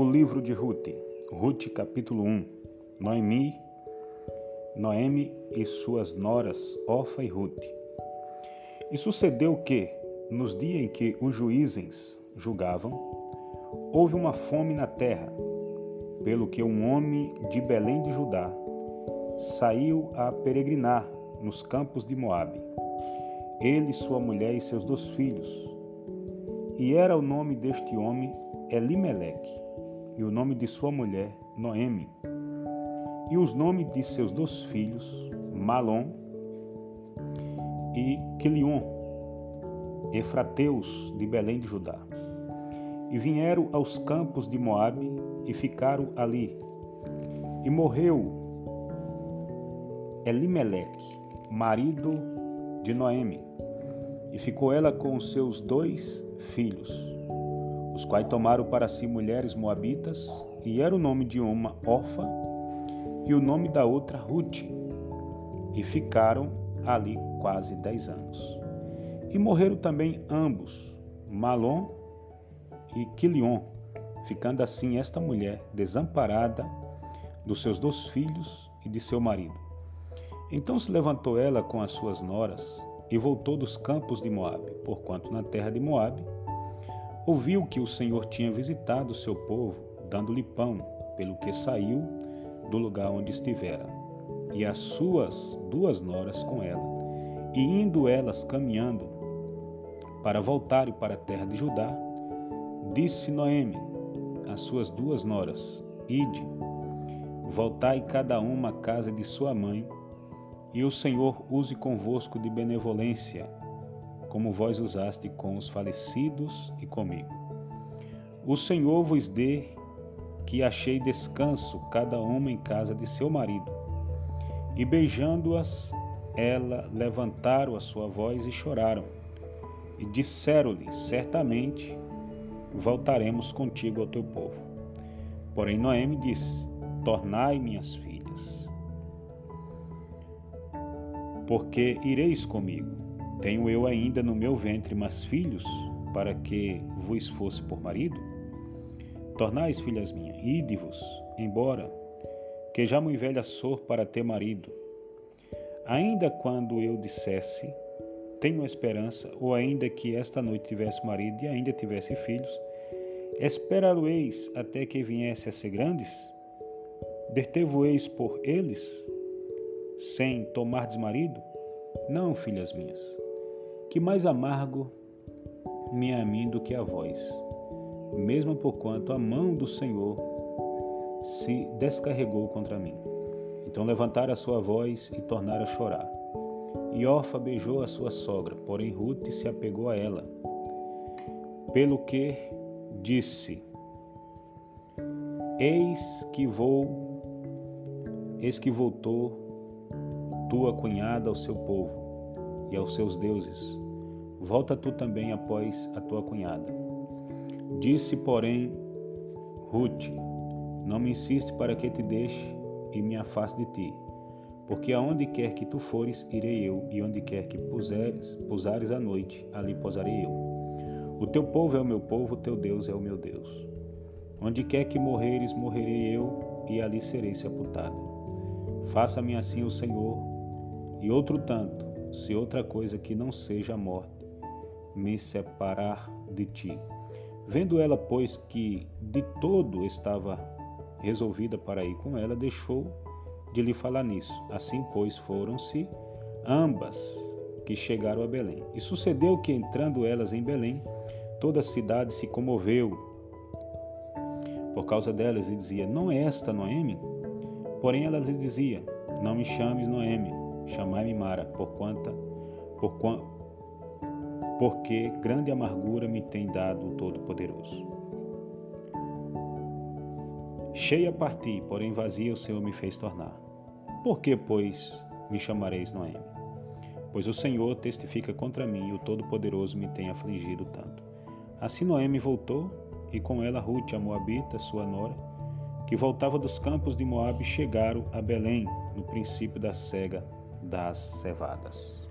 O livro de Ruth, capítulo 1. Noemi e suas noras, Orfa e Ruth. E sucedeu que, nos dias em que os juízes julgavam, houve uma fome na terra, pelo que um homem de Belém de Judá saiu a peregrinar nos campos de Moabe, ele, sua mulher e seus 2 filhos. E era o nome deste homem Elimeleque, e o nome de sua mulher Noemi, e os nomes de seus 2 filhos Malom e Quilion, efrateus de Belém de Judá. E vieram aos campos de Moabe e ficaram ali. E morreu Elimeleque, marido de Noemi, e ficou ela com os seus 2 filhos, os quais tomaram para si mulheres moabitas, e era o nome de uma Orfa e o nome da outra Ruth, e ficaram ali quase 10 anos. E morreram também ambos, Malom e Quilion, ficando assim esta mulher desamparada dos seus 2 filhos e de seu marido. Então se levantou ela com as suas noras e voltou dos campos de Moabe, porquanto na terra de Moabe ouviu que o Senhor tinha visitado o seu povo, dando-lhe pão, pelo que saiu do lugar onde estivera, e as suas 2 noras com ela. E indo elas caminhando para voltarem para a terra de Judá, disse Noemi às suas 2 noras: Ide, voltai cada uma à casa de sua mãe, e o Senhor use convosco de benevolência, como vós usaste com os falecidos e comigo. O Senhor vos dê que achei descanso cada uma em casa de seu marido. E beijando-as, ela levantaram a sua voz e choraram. E disseram-lhe: certamente voltaremos contigo ao teu povo. Porém Noemi disse: tornai, minhas filhas, porque ireis comigo. Tenho eu ainda no meu ventre mais filhos, para que vos fosse por marido? Tornais, filhas minhas, ide-vos embora, que já muito velha sou para ter marido. Ainda quando eu dissesse, tenho esperança, ou ainda que esta noite tivesse marido e ainda tivesse filhos, esperareis até que viesse a ser grandes? Deter-vos-eis por eles, sem tomardes marido? Não, filhas minhas, que mais amargo me é a mim do que a vós, mesmo porquanto a mão do Senhor se descarregou contra mim. Então levantaram a sua voz e tornaram a chorar. E Orfa beijou a sua sogra, porém Ruth se apegou a ela, pelo que disse: Eis que voltou tua cunhada ao seu povo e aos seus deuses. Volta tu também após a tua cunhada. Disse, porém, Ruth: não me insiste para que te deixe e me afaste de ti, porque aonde quer que tu fores, irei eu, e onde quer que pousares a noite, ali pousarei eu. O teu povo é o meu povo, o teu Deus é o meu Deus. Onde quer que morreres, morrerei eu, e ali serei sepultado. Faça-me assim o Senhor, e outro tanto, se outra coisa que não seja a morte me separar de ti. Vendo ela, pois, que de todo estava resolvida para ir com ela, deixou de lhe falar nisso. Assim, pois, foram-se ambas, que chegaram a Belém. E sucedeu que, entrando elas em Belém, toda a cidade se comoveu por causa delas, e dizia: não é esta Noemi? Porém ela lhes dizia: não me chames Noemi, chamai-me Mara, porque grande amargura me tem dado o Todo-Poderoso. Cheia parti, porém vazia o Senhor me fez tornar. Por que, pois, me chamareis Noemi? Pois o Senhor testifica contra mim, e o Todo-Poderoso me tem afligido tanto. Assim Noemi voltou, e com ela Ruth, a moabita, sua nora, que voltava dos campos de Moabe, chegaram a Belém, no princípio da cega das cevadas.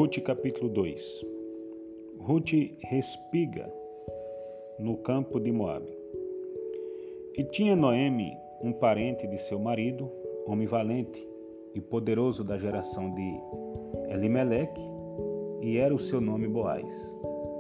Rute capítulo 2. Rute respiga no campo de Moabe. E tinha Noemi um parente de seu marido, homem valente e poderoso da geração de Elimeleque, e era o seu nome Boaz.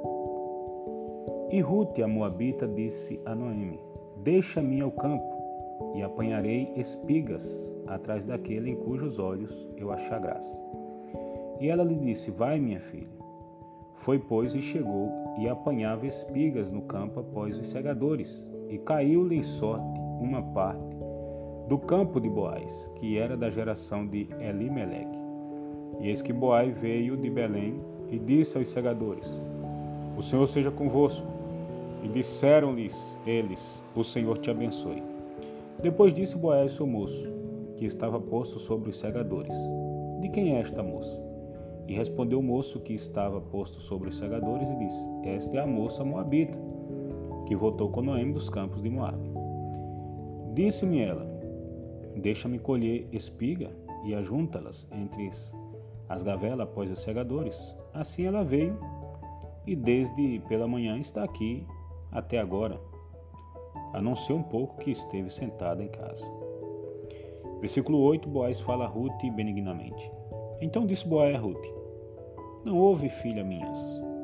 E Rute, a moabita, disse a Noemi: Deixa-me ao campo, e apanharei espigas atrás daquele em cujos olhos eu achar graça. E ela lhe disse: Vai, minha filha. Foi, pois, e chegou, e apanhava espigas no campo após os segadores, e caiu-lhe em sorte uma parte do campo de Boaz, que era da geração de Elimeleque. E eis que Boaz veio de Belém e disse aos segadores: O Senhor seja convosco. E disseram-lhes eles: O Senhor te abençoe. Depois disse Boaz seu moço, que estava posto sobre os segadores: De quem é esta moça? E respondeu o moço que estava posto sobre os segadores e disse: Esta é a moça moabita, que voltou com Noemi dos campos de Moabe. Disse-me ela: Deixa-me colher espiga e ajuntá-las entre as gavelas após os segadores. Assim ela veio, e desde pela manhã está aqui até agora, a não ser um pouco que esteve sentada em casa. Versículo 8, Boaz fala a Rute benignamente. Então disse Boaz a Rute: Não ouve, filha minhas,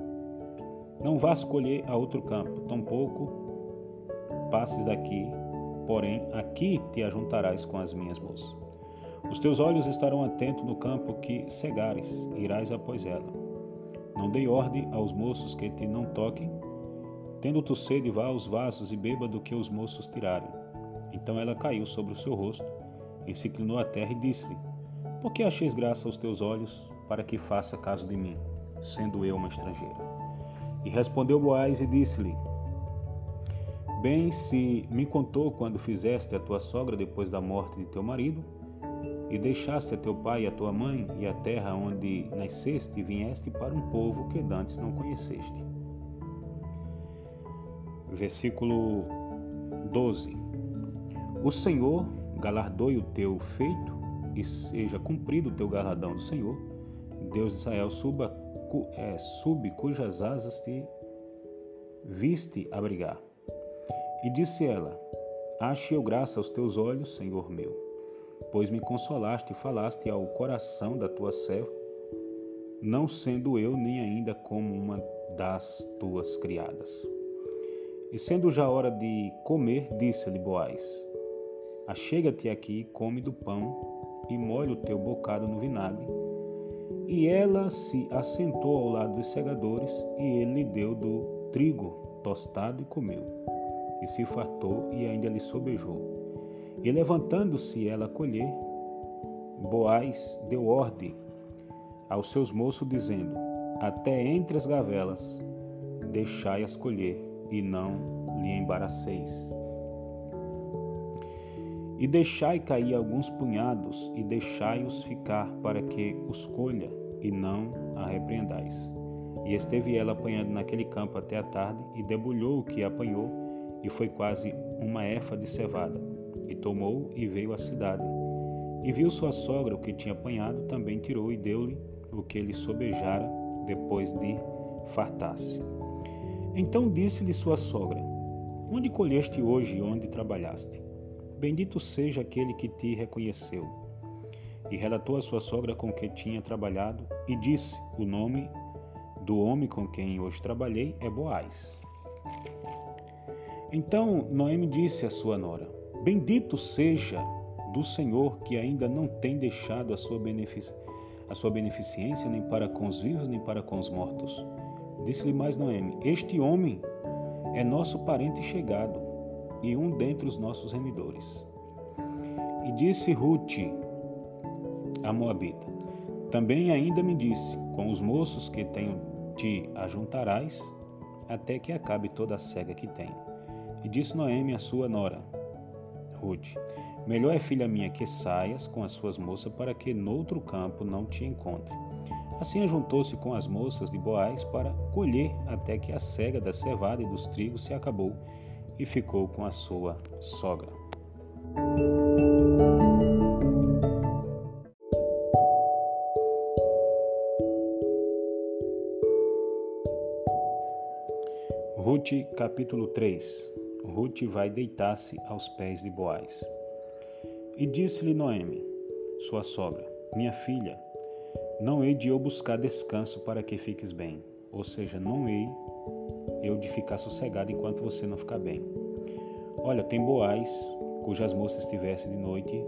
não vás colher a outro campo, tampouco passes daqui, porém aqui te ajuntarás com as minhas moças. Os teus olhos estarão atentos no campo que cegares, irás após ela. Não dei ordem aos moços que te não toquem. Tendo tu sede, vá aos vasos e beba do que os moços tirarem. Então ela caiu sobre o seu rosto, e se inclinou à terra e disse-lhe: Por que acheis graça aos teus olhos, para que faça caso de mim, sendo eu uma estrangeira? E respondeu Boaz e disse-lhe: Bem se me contou quando fizeste a tua sogra depois da morte de teu marido, e deixaste a teu pai e a tua mãe e a terra onde nasceste e vieste para um povo que dantes não conheceste. Versículo 12. O Senhor galardoe o teu feito e seja cumprido o teu galardão do Senhor, Deus de Israel, sub cujas asas te viste abrigar. E disse ela: Ache eu graça aos teus olhos, Senhor meu, pois me consolaste e falaste ao coração da tua serva, não sendo eu nem ainda como uma das tuas criadas. E sendo já hora de comer, disse-lhe Boaz: Achega-te aqui, come do pão e molha o teu bocado no vinagre. E ela se assentou ao lado dos segadores, e ele lhe deu do trigo tostado e comeu. E se fartou e ainda lhe sobejou. E levantando-se ela a colher, Boaz deu ordem aos seus moços, dizendo: Até entre as gavelas deixai-as colher, e não lhe embaraceis. E deixai cair alguns punhados, e deixai-os ficar, para que os colha, e não a repreendais. E esteve ela apanhando naquele campo até a tarde, e debulhou o que apanhou, e foi quase uma efa de cevada. E tomou e veio à cidade. E viu sua sogra o que tinha apanhado, também tirou e deu-lhe o que lhe sobejara, depois de fartar-se. Então disse-lhe sua sogra: Onde colheste hoje e onde trabalhaste? Bendito seja aquele que te reconheceu. E relatou a sua sogra com que tinha trabalhado, e disse: O nome do homem com quem hoje trabalhei é Boaz. Então Noemi disse à sua nora: Bendito seja do Senhor, que ainda não tem deixado a sua beneficência nem para com os vivos nem para com os mortos. Disse-lhe mais Noemi: Este homem é nosso parente chegado, e um dentre os nossos remidores. E disse Rute, a moabita: Também ainda me disse: Com os moços que tenho te ajuntarás, até que acabe toda a cega que tenho. E disse Noemi a sua nora, Rute: Melhor é, filha minha, que saias com as suas moças, para que noutro campo não te encontre. Assim ajuntou-se com as moças de Boaz para colher, até que a cega da cevada e dos trigos se acabou, e ficou com a sua sogra. Rute capítulo 3. Rute vai deitar-se aos pés de Boaz. E disse-lhe Noemi, sua sogra, minha filha, não hei de eu buscar descanso para que fiques bem. Ou seja, não hei eu de ficar sossegado enquanto você não ficar bem. Olha, tem Boaz, cujas moças estivessem de noite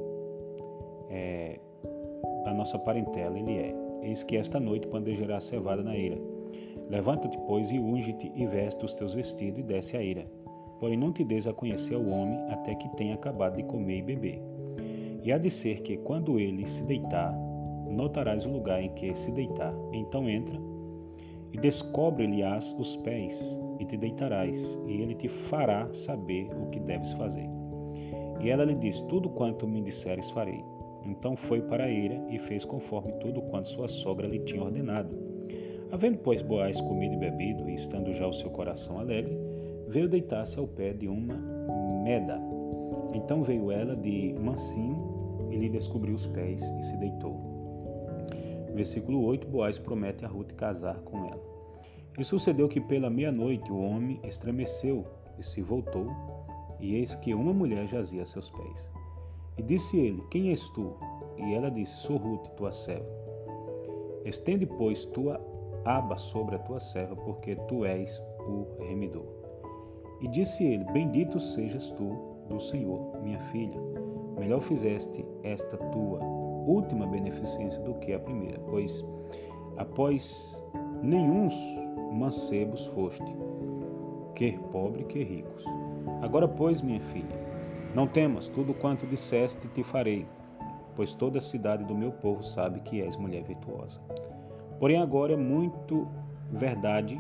da nossa parentela, ele é. Eis que esta noite pandejará a cevada na eira. Levanta-te, pois, e unge-te e veste os teus vestidos e desce a eira. Porém não te des a conhecer ao homem até que tenha acabado de comer e beber. E há de ser que, quando ele se deitar, notarás o lugar em que se deitar. Então entra e descobre-lhe-ás os pés e te deitarás, e ele te fará saber o que deves fazer. E ela lhe disse, tudo quanto me disseres farei. Então foi para a eira e fez conforme tudo quanto sua sogra lhe tinha ordenado. Havendo, pois, Boaz comido e bebido, e estando já o seu coração alegre, veio deitar-se ao pé de uma meda. Então veio ela de mansinho e lhe descobriu os pés e se deitou. Versículo 8, Boaz promete a Rute casar com ela. E sucedeu que pela meia-noite o homem estremeceu e se voltou, e eis que uma mulher jazia a seus pés. E disse ele, quem és tu? E ela disse, sou Rute, tua serva. Estende, pois, tua aba sobre a tua serva, porque tu és o remidor. E disse ele, bendito sejas tu do Senhor, minha filha. Melhor fizeste esta tua última beneficência do que a primeira, pois após nenhuns mancebos foste, quer pobre, quer ricos. Agora, pois, minha filha, não temas, tudo quanto disseste te farei, pois toda a cidade do meu povo sabe que és mulher virtuosa. Porém agora é muito verdade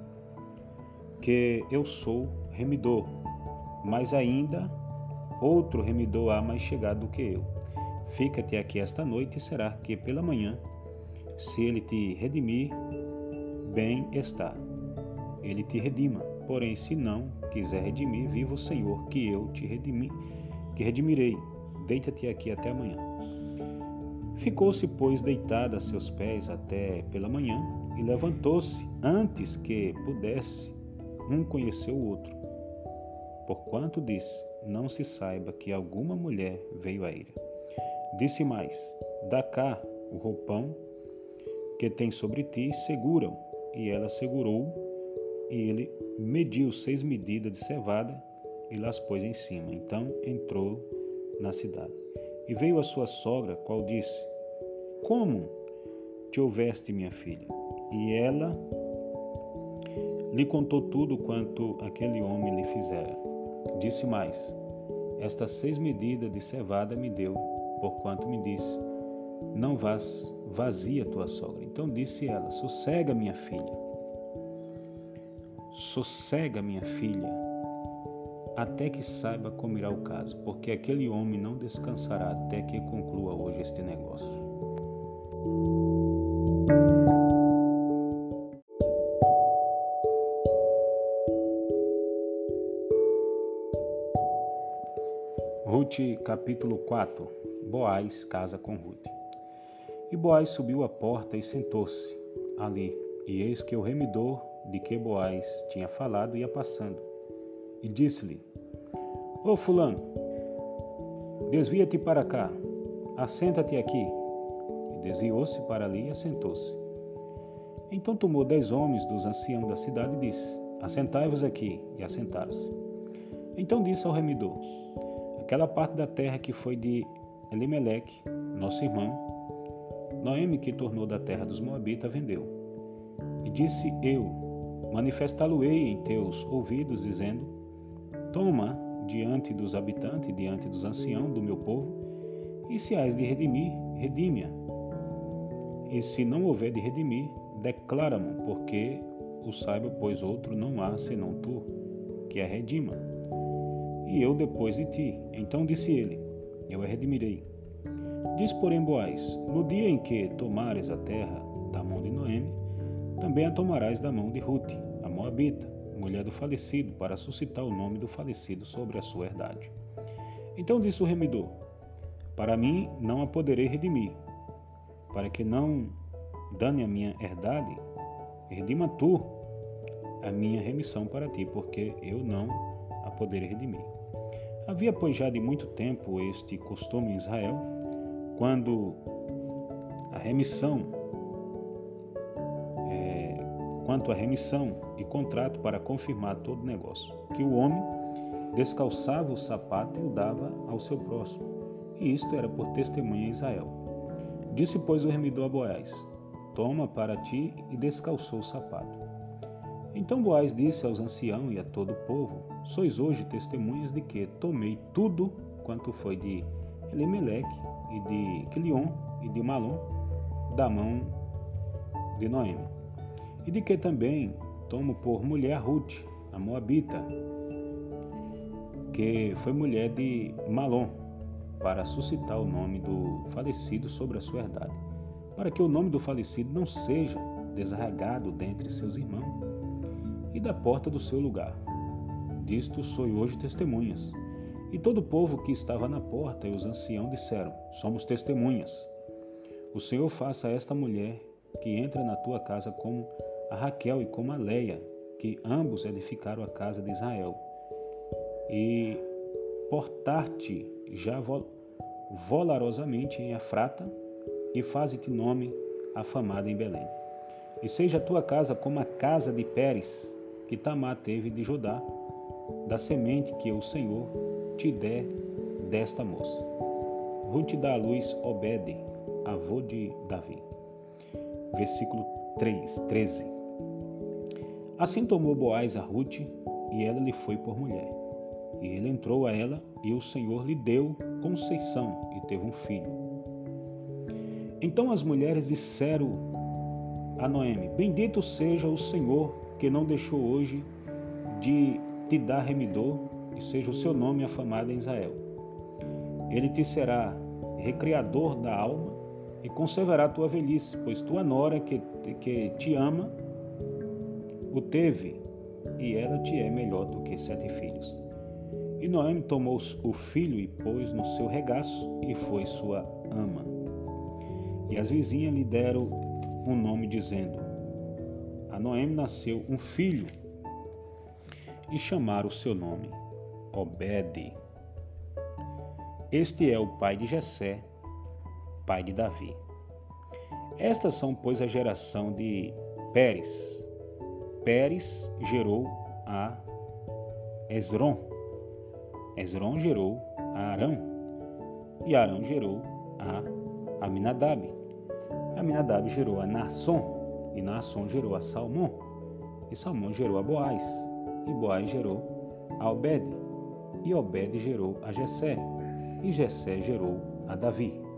que eu sou remidor, mas ainda outro remidor há mais chegado do que eu. Fica-te aqui esta noite e será que pela manhã, se ele te redimir, bem está, ele te redima. Porém, se não quiser redimir, viva o Senhor, que eu te redimirei. Deita-te aqui até amanhã. Ficou-se, pois, deitada a seus pés até pela manhã, e levantou-se antes que pudesse um conhecer o outro. Porquanto disse, não se saiba que alguma mulher veio à eira. Disse mais, dá cá o roupão que tem sobre ti e segura-o. E ela segurou, e ele mediu 6 medidas de cevada e las pôs em cima. Então entrou na cidade. E veio a sua sogra, qual disse, como te houveste, minha filha? E ela lhe contou tudo quanto aquele homem lhe fizera. Disse mais, estas 6 medidas de cevada me deu, porquanto me disse, não vás vazia tua sogra. Então disse ela, sossega, minha filha, até que saiba como irá o caso, porque aquele homem não descansará até que conclua hoje este negócio. Rute capítulo 4. Boaz casa com Rute. E Boaz subiu à porta e sentou-se ali, e eis que o remidor de que Boaz tinha falado ia passando. E disse-lhe, ô fulano, desvia-te para cá, assenta-te aqui. E desviou-se para ali e assentou-se. Então tomou 10 homens dos anciãos da cidade e disse, assentai-vos aqui, e assentaram-se. Então disse ao remidor, aquela parte da terra que foi de Elimeleque, nosso irmão, Noemi, que tornou da terra dos Moabitas, vendeu. E disse eu, manifestá-lo-ei em teus ouvidos, dizendo, toma diante dos habitantes, diante dos anciãos do meu povo, e se hás de redimir, redime-a. E se não houver de redimir, declara-me, porque o saiba, pois outro não há senão tu, que a redima. E eu depois de ti. Então disse ele, eu a redimirei. Diz, porém, Boaz, no dia em que tomares a terra da mão de Noemi, também a tomarás da mão de Rute, a Moabita, mulher do falecido, para suscitar o nome do falecido sobre a sua herdade. Então disse o remidor, para mim não a poderei redimir, para que não dane a minha herdade, redima tu. a minha remissão para ti, porque eu não a poderei redimir. Havia, pois, já de muito tempo este costume em Israel, quanto à remissão e contrato para confirmar todo negócio, que o homem descalçava o sapato e o dava ao seu próximo, e isto era por testemunha em Israel. Disse, pois, o remidor a Boaz: toma para ti, e descalçou o sapato. Então Boaz disse aos anciãos e a todo o povo: sois hoje testemunhas de que tomei tudo quanto foi de Elimeleque e de Quilion e de Malom da mão de Noemi, e de que também tomo por mulher Ruth, a moabita, que foi mulher de Malom, para suscitar o nome do falecido sobre a sua herdade, para que o nome do falecido não seja desarraigado dentre seus irmãos e da porta do seu lugar. Disto sois hoje testemunhas. E todo o povo que estava na porta e os anciãos disseram: somos testemunhas. O Senhor faça a esta mulher que entra na tua casa como a Raquel e como a Leia, que ambos edificaram a casa de Israel, e portar-te já valarosamente em Efrata, e faze-te nome afamado em Belém. E seja a tua casa como a casa de Pérez, que Tamar teve de Judá, da semente que o Senhor te der desta moça. Ruth dá à luz Obed, avô de Davi. Versículo 13. Assim tomou Boaz a Ruth, e ela lhe foi por mulher. E ele entrou a ela, e o Senhor lhe deu conceição, e teve um filho. Então as mulheres disseram a Noemi: bendito seja o Senhor, que não deixou hoje de te dar remidor, e seja o seu nome afamado em Israel. Ele te será recriador da alma e conservará tua velhice, pois tua nora que te ama o teve, e ela te é melhor do que 7 filhos. E Noemi tomou o filho e pôs no seu regaço, e foi sua ama. E as vizinhas lhe deram um nome, dizendo: a Noemi nasceu um filho, e chamaram o seu nome Obed. Este é o pai de Jessé, pai de Davi. Estas são, pois, a geração de Pérez. Pérez gerou a Esrom. Esrom gerou a Arão. E Arão gerou a Aminadab. Aminadab gerou a Naasson. E Naasson gerou a Salmão. E Salmão gerou a Boaz. E Boaz gerou a Obed. E Obed gerou a Jessé. E Jessé gerou a Davi.